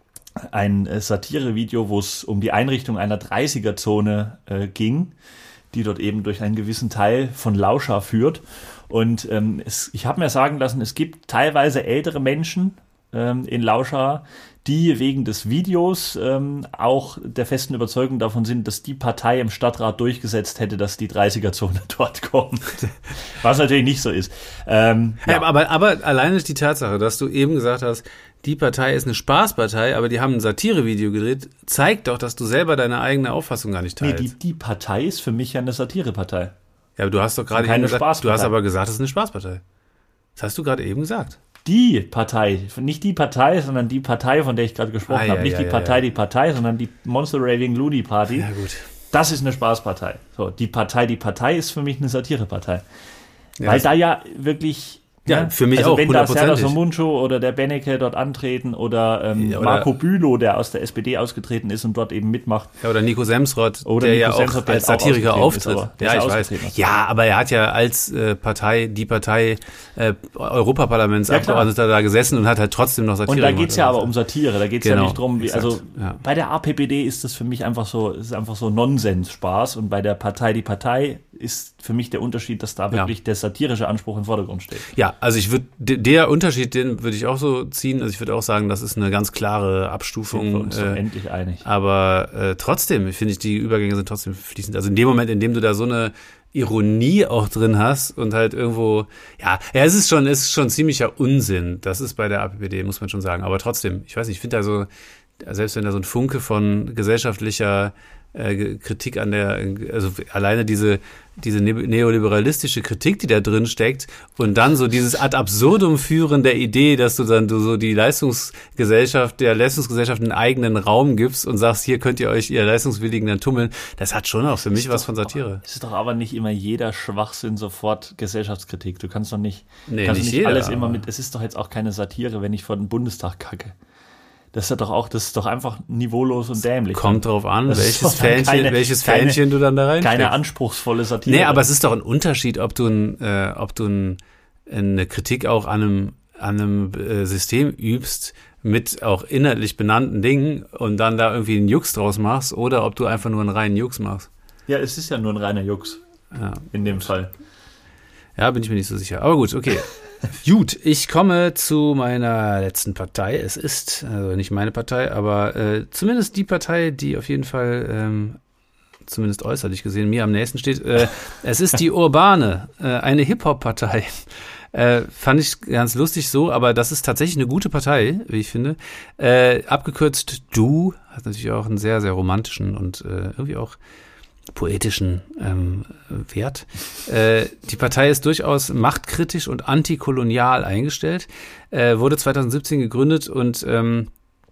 ein äh, Satire-Video, wo es um die Einrichtung einer dreißiger-Zone äh, ging, die dort eben durch einen gewissen Teil von Lauscha führt. Und ähm, es, ich habe mir sagen lassen, es gibt teilweise ältere Menschen ähm, in Lauscha, die wegen des Videos ähm, auch der festen Überzeugung davon sind, dass die Partei im Stadtrat durchgesetzt hätte, dass die dreißiger-Zone dort kommt. Was natürlich nicht so ist. Ähm,
ja.
Ja,
aber, aber alleine die Tatsache, dass du eben gesagt hast, die Partei ist eine Spaßpartei, aber die haben ein Satirevideo gedreht, zeigt doch, dass du selber deine eigene Auffassung gar nicht
nee,
teilst.
die, die Partei ist für mich ja eine Satirepartei.
Ja, aber du hast doch gerade
Keine
eben gesagt,
Spaßpartei.
du hast aber gesagt, es ist eine Spaßpartei. Das hast du gerade eben gesagt.
Die Partei, nicht die Partei, sondern die Partei, von der ich gerade gesprochen
Ah, ja,
habe. Nicht
ja,
die
ja,
Partei,
ja.
die Partei, sondern die Monster Raving Looney Party.
Ja, gut.
Das ist eine Spaßpartei. So, die Partei, die Partei ist für mich eine Satirepartei.
Ja,
Weil
das-
da ja wirklich...
Ja,
ne,
für mich
also
auch,
wenn da Serdar
hundertprozentig.
Somuncu oder der Bennecke dort antreten oder, ähm,
Ja, oder-
Marco Bülow, der aus der S P D ausgetreten ist und dort eben mitmacht.
Ja, oder Nico Semsrott,
Oder
der
Nico
ja auch
Semsrott, der
als
jetzt auch
Satiriker
ausgetreten ist,
auftritt.
aber der
Ja,
ist
ich
ja
weiß.
ausgetreten aus der
Ja, aber er hat ja als äh, Partei, die Partei äh, Europaparlamentsabgeordneter da gesessen und hat halt trotzdem noch Satire
Und da
gemacht.
geht's ja aber um Satire, da geht's
Genau,
ja nicht drum, wie,
exakt,
also
ja.
bei der A P P D ist das für mich einfach so, ist einfach so Nonsens-Spaß und bei der Partei, die Partei ist für mich der Unterschied, dass da wirklich der satirische Anspruch im Vordergrund steht.
Ja, also ich würde, der Unterschied, den würde ich auch so ziehen, also ich würde auch sagen, das ist eine ganz klare
Sind wir
Abstufung.
uns doch
Äh,
endlich einig.
aber äh, trotzdem finde ich, die Übergänge sind trotzdem fließend. Also in dem Moment, in dem du da so eine Ironie auch drin hast und halt irgendwo, ja, ja, es ist schon, es ist schon ziemlicher Unsinn. Das ist bei der A P P D, muss man schon sagen. Aber trotzdem, ich weiß nicht, ich finde da so, selbst wenn da so ein Funke von gesellschaftlicher äh, Kritik an der, also alleine diese, diese ne- neoliberalistische Kritik, die da drin steckt und dann so dieses ad absurdum führen der Idee, dass du dann du so die Leistungsgesellschaft, der Leistungsgesellschaft einen eigenen Raum gibst und sagst, hier könnt ihr euch, ihr Leistungswilligen, dann tummeln, das hat schon auch für mich was von Satire.
Es ist doch aber nicht immer jeder Schwachsinn sofort Gesellschaftskritik. Du kannst doch nicht,
Nee,
kannst
nicht
nicht
jeder,
alles immer
aber-
mit, es ist doch jetzt auch keine Satire, wenn ich vor den Bundestag kacke. Das ist ja doch auch, das ist doch einfach niveaulos und dämlich.
Kommt drauf an,
Das ist
welches
doch dann
Fähnchen,
keine-
welches
keine-
Fähnchen du dann da rein
Keine anspruchsvolle Satire.
Nee, aber es ist doch ein Unterschied, ob du, ein, äh, ob du ein, eine Kritik auch an einem, an einem äh, System übst mit auch inhaltlich benannten Dingen und dann da irgendwie einen Jux draus machst oder ob du einfach nur einen reinen Jux machst.
Ja, es ist ja nur ein reiner Jux
Ja,
in dem Fall.
ja bin ich mir nicht so sicher. Aber gut, okay. Gut, ich komme zu meiner letzten Partei. Es ist, also nicht meine Partei, aber äh, zumindest die Partei, die auf jeden Fall, ähm, zumindest äußerlich gesehen, mir am nächsten steht. Äh, es ist die Urbane, äh, eine Hip-Hop-Partei. Äh, fand ich ganz lustig so, aber das ist tatsächlich eine gute Partei, wie ich finde. Äh, abgekürzt Du, hat natürlich auch einen sehr, sehr romantischen und äh, irgendwie auch poetischen ähm, Wert. Äh, die Partei ist durchaus machtkritisch und antikolonial eingestellt, äh, wurde zweitausendsiebzehn gegründet und ähm,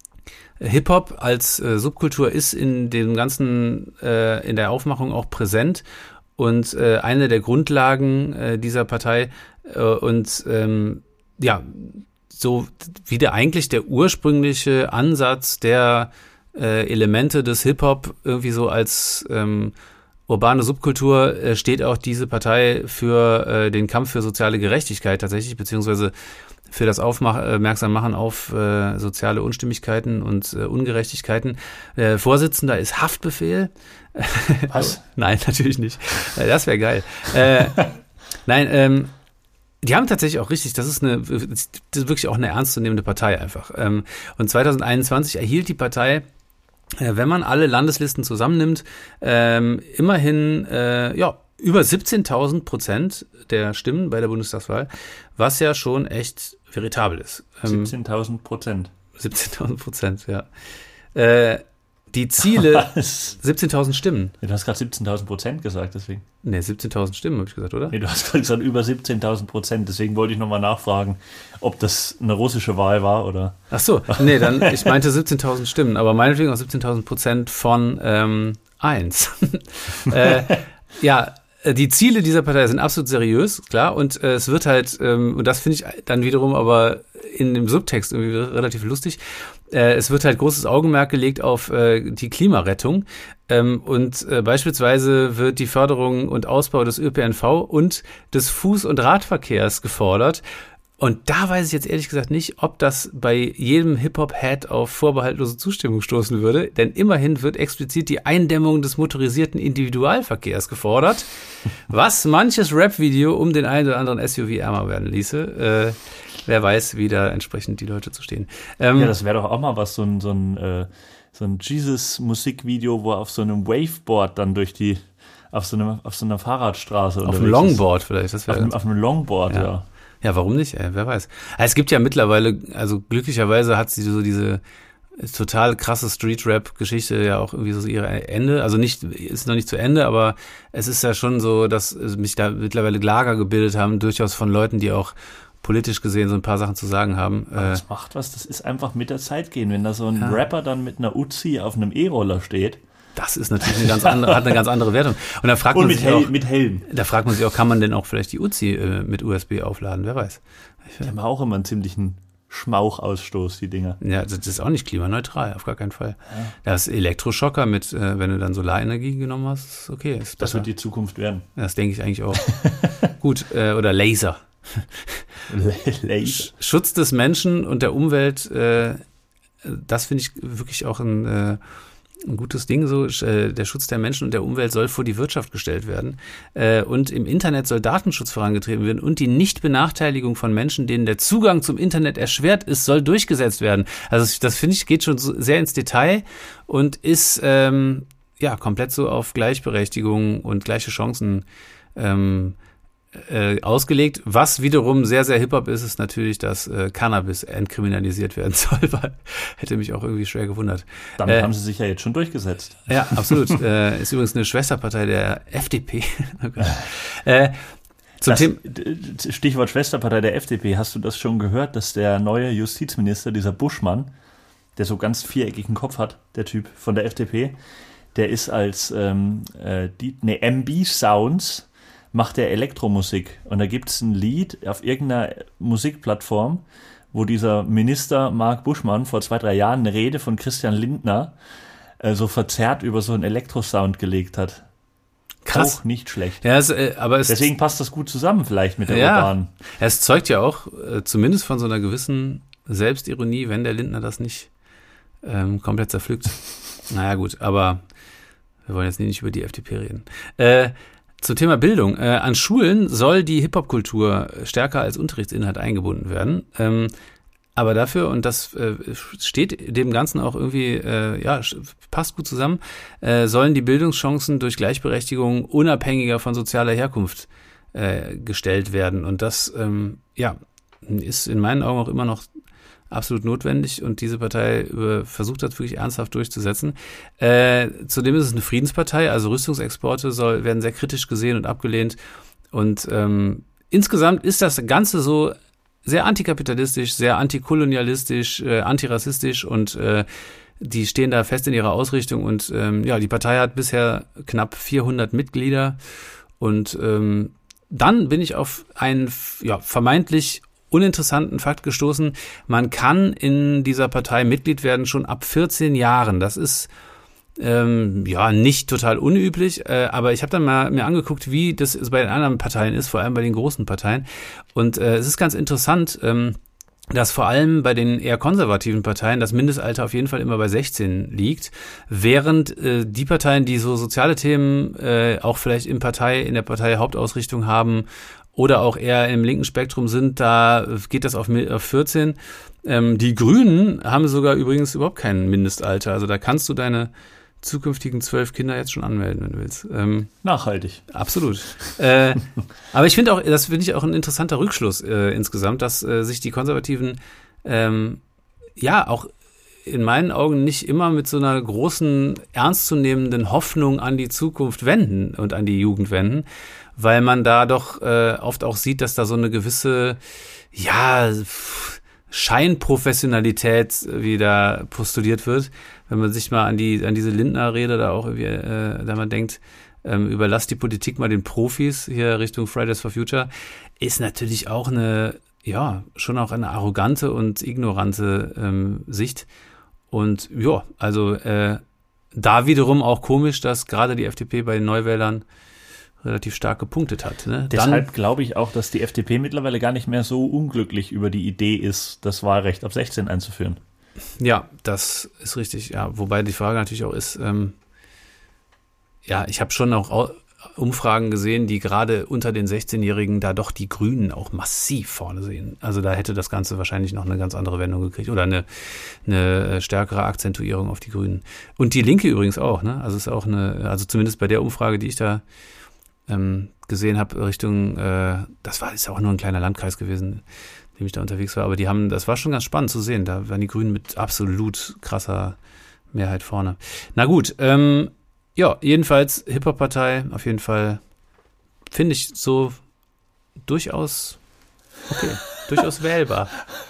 Hip-Hop als äh, Subkultur ist in dem ganzen, äh, in der Aufmachung auch präsent und äh, eine der Grundlagen äh, dieser Partei äh, und ähm, ja, so wie der eigentlich der ursprüngliche Ansatz der äh, Elemente des Hip-Hop irgendwie so als ähm, urbane Subkultur äh, steht auch diese Partei für äh, den Kampf für soziale Gerechtigkeit tatsächlich, beziehungsweise für das Aufmerksammachen auf äh, soziale Unstimmigkeiten und äh, Ungerechtigkeiten. Der Vorsitzender ist Haftbefehl.
Was?
Nein, natürlich nicht. Äh, das wäre geil. Äh, nein, ähm, die haben tatsächlich auch richtig, das ist eine, das ist wirklich auch eine ernstzunehmende Partei einfach. Ähm, und zweitausendeinundzwanzig erhielt die Partei äh, wenn man alle Landeslisten zusammennimmt, ähm, immerhin äh, ja über siebzehntausend Prozent der Stimmen bei der Bundestagswahl, was ja schon echt veritabel ist.
Ähm, siebzehntausend Prozent.
siebzehntausend Prozent, ja. Äh, die Ziele, siebzehntausend Stimmen.
Ja, du hast gerade siebzehntausend Prozent gesagt, deswegen.
Nee, siebzehntausend Stimmen, habe ich gesagt, oder?
Nee, du hast gerade gesagt über siebzehntausend Prozent, deswegen wollte ich nochmal nachfragen, ob das eine russische Wahl war, oder?
Ach so, nee, dann, ich meinte siebzehntausend Stimmen, aber meinetwegen auch siebzehntausend Prozent von ähm, eins. äh, ja, die Ziele dieser Partei sind absolut seriös, klar, und äh, es wird halt, ähm, und das finde ich dann wiederum aber in dem Subtext irgendwie relativ lustig, äh, es wird halt großes Augenmerk gelegt auf äh, die Klimarettung ähm, und äh, beispielsweise wird die Förderung und Ausbau des Ö P N V und des Fuß- und Radverkehrs gefordert. Und da weiß ich jetzt ehrlich gesagt nicht, ob das bei jedem Hip-Hop-Head auf vorbehaltlose Zustimmung stoßen würde, denn immerhin wird explizit die Eindämmung des motorisierten Individualverkehrs gefordert, was manches Rap-Video um den einen oder anderen S U V ärmer werden ließe. Äh, wer weiß, wie da entsprechend die Leute zu stehen. Ähm,
ja, das wäre doch auch mal was, so ein, so ein, äh, so ein Jesus-Musikvideo, wo er auf so einem Waveboard dann durch die, auf so, einem, auf so einer Fahrradstraße
auf einem Longboard ist. Vielleicht. Das
auf, einem, auf einem Longboard, ja. ja.
Ja, warum nicht? Ey, wer weiß. Es gibt ja mittlerweile, also glücklicherweise hat sie so diese total krasse Street-Rap-Geschichte ja auch irgendwie so ihre Ende. Also nicht, ist noch nicht zu Ende, aber es ist ja schon so, dass mich da mittlerweile Lager gebildet haben, durchaus von Leuten, die auch politisch gesehen so ein paar Sachen zu sagen haben.
Aber das macht was, das ist einfach mit der Zeit gehen. Wenn da so ein ja. Rapper dann mit einer Uzi auf einem E-Roller steht,
das ist natürlich eine ganz andere, hat eine ganz andere Wertung. Und da fragt
Und
man
mit
sich
Hel-
auch,
mit Helm.
Da fragt man sich auch, kann man denn auch vielleicht die Uzi äh, mit U S B aufladen? Wer weiß.
Die haben auch immer einen ziemlichen Schmauchausstoß, die Dinger.
Ja, das ist auch nicht klimaneutral, auf gar keinen Fall.
Ja.
Das Elektroschocker mit, äh, wenn du dann Solarenergie genommen hast, ist okay. Ist
das wird die Zukunft werden.
Das denke ich eigentlich auch. Gut, äh, oder Laser.
Laser.
Schutz des Menschen und der Umwelt, äh, das finde ich wirklich auch ein äh, ein gutes Ding, so äh, der Schutz der Menschen und der Umwelt soll vor die Wirtschaft gestellt werden äh, und im Internet soll Datenschutz vorangetrieben werden und die Nichtbenachteiligung von Menschen, denen der Zugang zum Internet erschwert ist, soll durchgesetzt werden. Also das finde ich geht schon so sehr ins Detail und ist ähm, ja komplett so auf Gleichberechtigung und gleiche Chancen ähm, Äh, ausgelegt. Was wiederum sehr, sehr Hip-Hop ist, ist natürlich, dass äh, Cannabis entkriminalisiert werden soll, weil hätte mich auch irgendwie schwer gewundert.
Damit
äh,
haben sie sich ja jetzt schon durchgesetzt.
Ja, absolut. äh, ist übrigens eine Schwesterpartei der F D P. äh, zum
das,
Thema
Stichwort Schwesterpartei der F D P. Hast du das schon gehört, dass der neue Justizminister, dieser Buschmann, der so ganz viereckigen Kopf hat, der Typ von der F D P, der ist als ähm, äh, die, ne, M B Sounds macht er Elektromusik. Und da gibt es ein Lied auf irgendeiner Musikplattform, wo dieser Minister Marc Buschmann vor zwei, drei Jahren eine Rede von Christian Lindner äh, so verzerrt über so einen Elektrosound gelegt hat.
Krass.
Auch nicht schlecht.
Ja, es, äh, aber es
Deswegen passt das gut zusammen vielleicht mit der
ja,
Urban.
Es zeugt ja auch äh, zumindest von so einer gewissen Selbstironie, wenn der Lindner das nicht ähm, komplett zerpflückt. Naja gut, aber wir wollen jetzt nicht über die F D P reden. Äh, Zum Thema Bildung. Äh, an Schulen soll die Hip-Hop-Kultur stärker als Unterrichtsinhalt eingebunden werden. Ähm, aber dafür, und das äh, steht dem Ganzen auch irgendwie, äh, ja, passt gut zusammen, äh, sollen die Bildungschancen durch Gleichberechtigung unabhängiger von sozialer Herkunft äh, gestellt werden. Und das, ähm, ja, ist in meinen Augen auch immer noch absolut notwendig und diese Partei äh, versucht das wirklich ernsthaft durchzusetzen. Äh, zudem ist es eine Friedenspartei, also Rüstungsexporte soll, werden sehr kritisch gesehen und abgelehnt und ähm, insgesamt ist das Ganze so sehr antikapitalistisch, sehr antikolonialistisch, äh, antirassistisch und äh, die stehen da fest in ihrer Ausrichtung und ähm, ja, die Partei hat bisher knapp vierhundert Mitglieder und ähm, dann bin ich auf einen ja, vermeintlich uninteressanten Fakt gestoßen. Man kann in dieser Partei Mitglied werden schon ab vierzehn Jahren. Das ist ähm, ja nicht total unüblich, äh, aber ich habe dann mal mir angeguckt, wie das bei den anderen Parteien ist, vor allem bei den großen Parteien. Und äh, es ist ganz interessant, ähm, dass vor allem bei den eher konservativen Parteien das Mindestalter auf jeden Fall immer bei sechzehn liegt, während äh, die Parteien, die so soziale Themen äh, auch vielleicht in Partei, in der Partei Hauptausrichtung haben oder auch eher im linken Spektrum sind, da geht das auf vierzehn. Ähm, die Grünen haben sogar übrigens überhaupt kein Mindestalter. Also da kannst du deine zukünftigen zwölf Kinder jetzt schon anmelden, wenn du willst. Ähm,
Nachhaltig.
Absolut. äh, aber ich finde auch, das finde ich auch ein interessanter Rückschluss äh, insgesamt, dass äh, sich die Konservativen ähm, ja auch in meinen Augen nicht immer mit so einer großen, ernstzunehmenden Hoffnung an die Zukunft wenden und an die Jugend wenden, weil man da doch äh, oft auch sieht, dass da so eine gewisse, ja, Scheinprofessionalität wieder postuliert wird. Wenn man sich mal an die an diese Lindner-Rede da auch irgendwie, äh, da man denkt, ähm, überlasst die Politik mal den Profis hier Richtung Fridays for Future, ist natürlich auch eine, ja, schon auch eine arrogante und ignorante ähm, Sicht. Und ja, also äh, da wiederum auch komisch, dass gerade die F D P bei den Neuwählern relativ stark gepunktet hat. Ne?
Deshalb glaube ich auch, dass die F D P mittlerweile gar nicht mehr so unglücklich über die Idee ist, das Wahlrecht ab sechzehn einzuführen.
Ja, das ist richtig. Ja, wobei die Frage natürlich auch ist, ähm, ja, ich habe schon auch Umfragen gesehen, die gerade unter den sechzehnjährigen da doch die Grünen auch massiv vorne sehen. Also da hätte das Ganze wahrscheinlich noch eine ganz andere Wendung gekriegt oder eine, eine stärkere Akzentuierung auf die Grünen. Und die Linke übrigens auch, ne? Also es ist auch eine, also zumindest bei der Umfrage, die ich da ähm, gesehen habe, Richtung, äh, das war ist ja auch nur ein kleiner Landkreis gewesen, in dem ich da unterwegs war, aber die haben, das war schon ganz spannend zu sehen. Da waren die Grünen mit absolut krasser Mehrheit vorne. Na gut, ähm, ja, jedenfalls Hip-Hop-Partei, auf jeden Fall finde ich so durchaus okay, durchaus wählbar.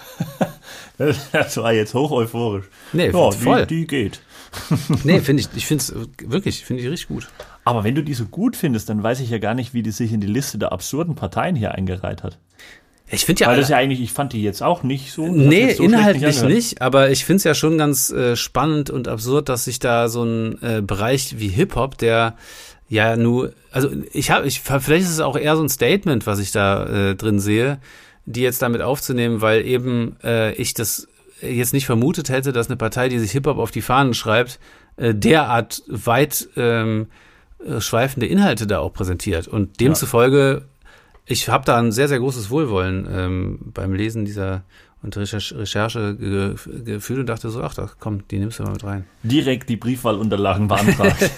Das war jetzt hoch euphorisch.
Nee,
ja,
voll.
Die, die geht.
Nee, finde ich, ich finde es wirklich, finde ich richtig gut.
Aber wenn du die so gut findest, dann weiß ich ja gar nicht, wie die sich in die Liste der absurden Parteien hier eingereiht hat.
Ich finde ja,
weil das ja eigentlich, ich fand die jetzt auch nicht so.
Nee, so inhaltlich
nicht,
nicht, aber ich finde es ja schon ganz äh, spannend und absurd, dass sich da so ein äh, Bereich wie Hip-Hop, der ja nur, also ich habe, ich vielleicht ist es auch eher so ein Statement, was ich da äh, drin sehe, die jetzt damit aufzunehmen, weil eben äh, ich das jetzt nicht vermutet hätte, dass eine Partei, die sich Hip-Hop auf die Fahnen schreibt, äh, derart weit ähm, schweifende Inhalte da auch präsentiert. Und demzufolge, ja. Ich habe da ein sehr, sehr großes Wohlwollen ähm, beim Lesen dieser und Recherche, Recherche ge, gefühlt und dachte so, ach, da, komm, die nimmst du mal mit rein.
Direkt die Briefwahlunterlagen beantragt.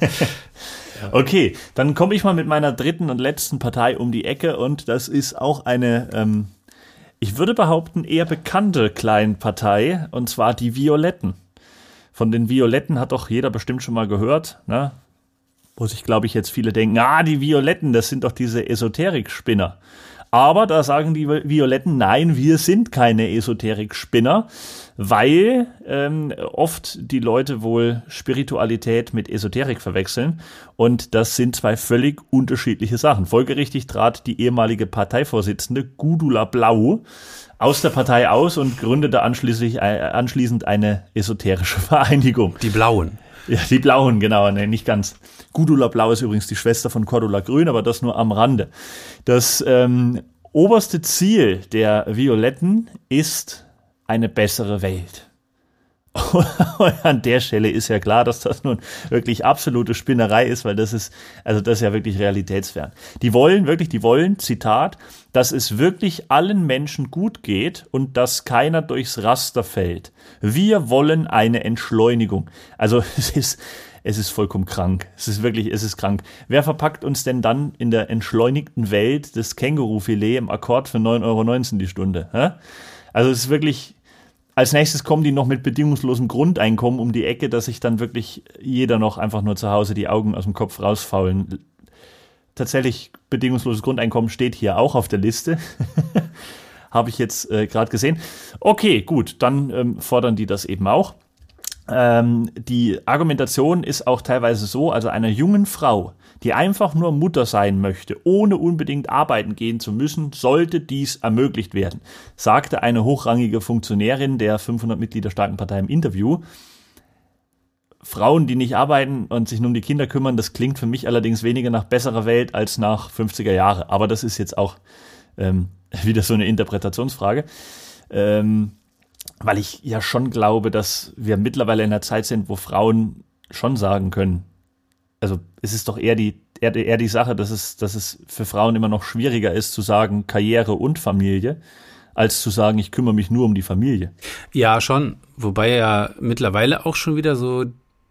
Okay, dann komme ich mal mit meiner dritten und letzten Partei um die Ecke und das ist auch eine, ähm, ich würde behaupten, eher bekannte Kleinpartei und zwar die Violetten. Von den Violetten hat doch jeder bestimmt schon mal gehört, ne? Wo sich, glaube ich, jetzt viele denken, ah, die Violetten, das sind doch diese Esoterik-Spinner. Aber da sagen die Violetten, nein, wir sind keine Esoterik-Spinner, weil ähm, oft die Leute wohl Spiritualität mit Esoterik verwechseln. Und das sind zwei völlig unterschiedliche Sachen. Folgerichtig trat die ehemalige Parteivorsitzende Gudula Blau aus der Partei aus und gründete anschließend, äh, anschließend eine esoterische Vereinigung.
Die Blauen.
Ja, die Blauen, genau, ne, nicht ganz. Gudula Blau ist übrigens die Schwester von Cordula Grün, aber das nur am Rande. Das ähm, oberste Ziel der Violetten ist eine bessere Welt. Und an der Stelle ist ja klar, dass das nun wirklich absolute Spinnerei ist, weil das ist, also das ist ja wirklich realitätsfern. Die wollen wirklich, die wollen, Zitat, dass es wirklich allen Menschen gut geht und dass keiner durchs Raster fällt. Wir wollen eine Entschleunigung. Also es ist, es ist vollkommen krank. Es ist wirklich, es ist krank. Wer verpackt uns denn dann in der entschleunigten Welt das Kängurufilet im Akkord für neun Euro neunzehn die Stunde? Hä? Also es ist wirklich. Als nächstes kommen die noch mit bedingungslosem Grundeinkommen um die Ecke, dass sich dann wirklich jeder noch einfach nur zu Hause die Augen aus dem Kopf rausfaulen. Tatsächlich, bedingungsloses Grundeinkommen steht hier auch auf der Liste. Habe ich jetzt äh, gerade gesehen. Okay, gut, dann ähm, fordern die das eben auch. Ähm, die Argumentation ist auch teilweise so, also einer jungen Frau, die einfach nur Mutter sein möchte, ohne unbedingt arbeiten gehen zu müssen, sollte dies ermöglicht werden, sagte eine hochrangige Funktionärin der fünfhundert Mitglieder starken Partei im Interview. Frauen, die nicht arbeiten und sich nur um die Kinder kümmern, das klingt für mich allerdings weniger nach besserer Welt als nach fünfziger Jahre. Aber das ist jetzt auch ähm, wieder so eine Interpretationsfrage. Ähm, weil ich ja schon glaube, dass wir mittlerweile in einer Zeit sind, wo Frauen schon sagen können, also es ist doch eher die eher, eher die Sache, dass es, dass es für Frauen immer noch schwieriger ist zu sagen Karriere und Familie, als zu sagen, ich kümmere mich nur um die Familie.
Ja, schon. Wobei ja mittlerweile auch schon wieder so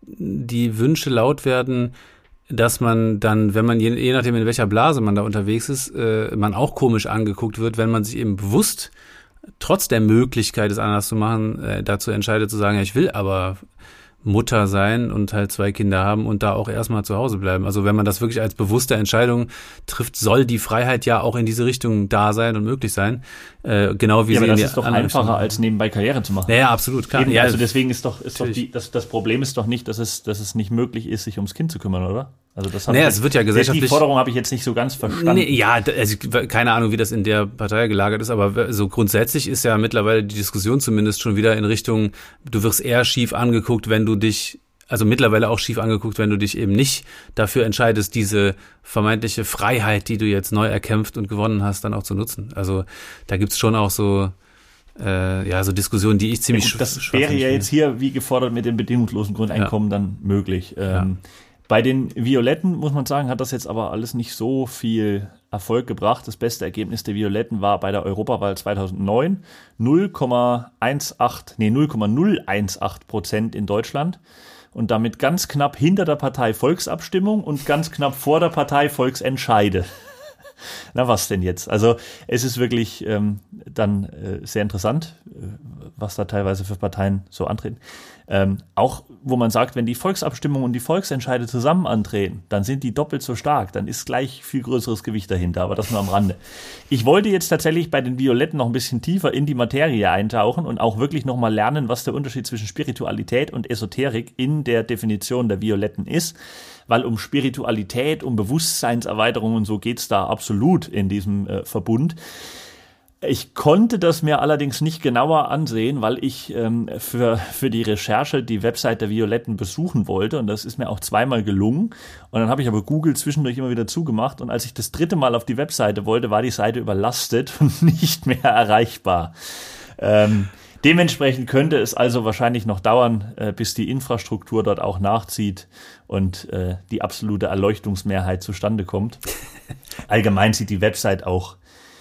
die Wünsche laut werden, dass man dann, wenn man, je, je nachdem in welcher Blase man da unterwegs ist, äh, man auch komisch angeguckt wird, wenn man sich eben bewusst, trotz der Möglichkeit, es anders zu machen, äh, dazu entscheidet zu sagen, ja, ich will aber Mutter sein und halt zwei Kinder haben und da auch erstmal zu Hause bleiben. Also wenn man das wirklich als bewusste Entscheidung trifft, soll die Freiheit ja auch in diese Richtung da sein und möglich sein. Äh, genau wie
ja,
sie
aber das
in
ist doch einfacher, als nebenbei Karriere zu machen.
Ja, ja, absolut, klar.
Eben,
ja,
also deswegen ist doch, ist doch die, das, das Problem ist doch nicht, dass es, dass es nicht möglich ist, sich ums Kind zu kümmern, oder? Also das
naja, es wird ja gesellschaftlich.
Die Forderung habe ich jetzt nicht so ganz verstanden. Nee,
ja, also keine Ahnung, wie das in der Partei gelagert ist, aber so grundsätzlich ist ja mittlerweile die Diskussion zumindest schon wieder in Richtung, du wirst eher schief angeguckt, wenn du dich, also mittlerweile auch schief angeguckt, wenn du dich eben nicht dafür entscheidest, diese vermeintliche Freiheit, die du jetzt neu erkämpft und gewonnen hast, dann auch zu nutzen. Also da gibt's schon auch so äh, ja so Diskussionen, die ich ziemlich
ja, gut, das wäre ja jetzt hier wie gefordert mit dem bedingungslosen Grundeinkommen ja. dann möglich. Ähm, ja. Bei den Violetten, muss man sagen, hat das jetzt aber alles nicht so viel Erfolg gebracht. Das beste Ergebnis der Violetten war bei der Europawahl zweitausendneun null Komma achtzehn, nee, null Komma null achtzehn Prozent in Deutschland und damit ganz knapp hinter der Partei Volksabstimmung und ganz knapp vor der Partei Volksentscheide. Na, was denn jetzt? Also es ist wirklich ähm, dann äh, sehr interessant, äh, was da teilweise für Parteien so antreten. Ähm, auch wo man sagt, wenn die Volksabstimmung und die Volksentscheide zusammen antreten, dann sind die doppelt so stark, dann ist gleich viel größeres Gewicht dahinter, aber das nur am Rande. Ich wollte jetzt tatsächlich bei den Violetten noch ein bisschen tiefer in die Materie eintauchen und auch wirklich nochmal lernen, was der Unterschied zwischen Spiritualität und Esoterik in der Definition der Violetten ist, weil um Spiritualität, um Bewusstseinserweiterung und so geht's da absolut in diesem äh, Verbund. Ich konnte das mir allerdings nicht genauer ansehen, weil ich ähm, für, für die Recherche die Website der Violetten besuchen wollte und das ist mir auch zweimal gelungen und dann habe ich aber Google zwischendurch immer wieder zugemacht und als ich das dritte Mal auf die Webseite wollte, war die Seite überlastet und nicht mehr erreichbar. Ähm, dementsprechend könnte es also wahrscheinlich noch dauern, äh, bis die Infrastruktur dort auch nachzieht und äh, die absolute Erleuchtungsmehrheit zustande kommt. Allgemein sieht die Website auch,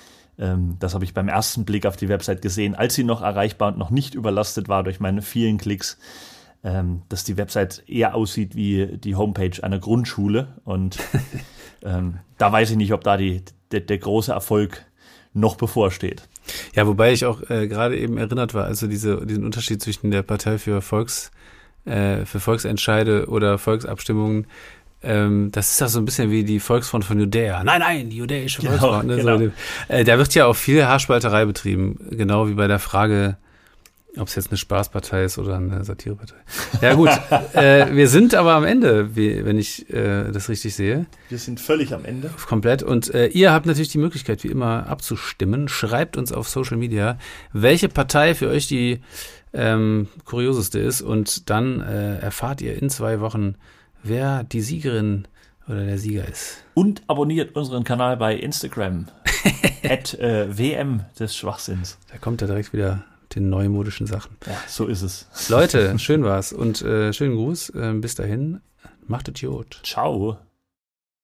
das habe ich beim ersten Blick auf die Website gesehen, als sie noch erreichbar und noch nicht überlastet war durch meine vielen Klicks, dass die Website eher aussieht wie die Homepage einer Grundschule. Und ähm, da weiß ich nicht, ob da die, der, der große Erfolg noch bevorsteht.
Ja, wobei ich auch äh, gerade eben erinnert war, also diese, diesen Unterschied zwischen der Partei für Volks, äh, für Volksentscheide oder Volksabstimmungen, Ähm, das ist ja so ein bisschen wie die Volksfront von Judäa. Nein, nein, die judäische Volksfront. Genau, ne? genau. So, äh, da wird ja auch viel Haarspalterei betrieben. Genau wie bei der Frage, ob es jetzt eine Spaßpartei ist oder eine Satirepartei. Ja gut, äh, wir sind aber am Ende, wie, wenn ich äh, das richtig sehe.
Wir sind völlig am Ende.
Komplett. Und äh, ihr habt natürlich die Möglichkeit, wie immer, abzustimmen. Schreibt uns auf Social Media, welche Partei für euch die ähm, kurioseste ist. Und dann äh, erfahrt ihr in zwei Wochen, wer die Siegerin oder der Sieger ist.
Und abonniert unseren Kanal bei Instagram. at äh, W M des Schwachsinns.
Da kommt er direkt wieder mit den neumodischen Sachen.
Ja, so ist es.
Leute, schön war's. Und äh, schönen Gruß. Äh, bis dahin. Macht es gut.
Ciao.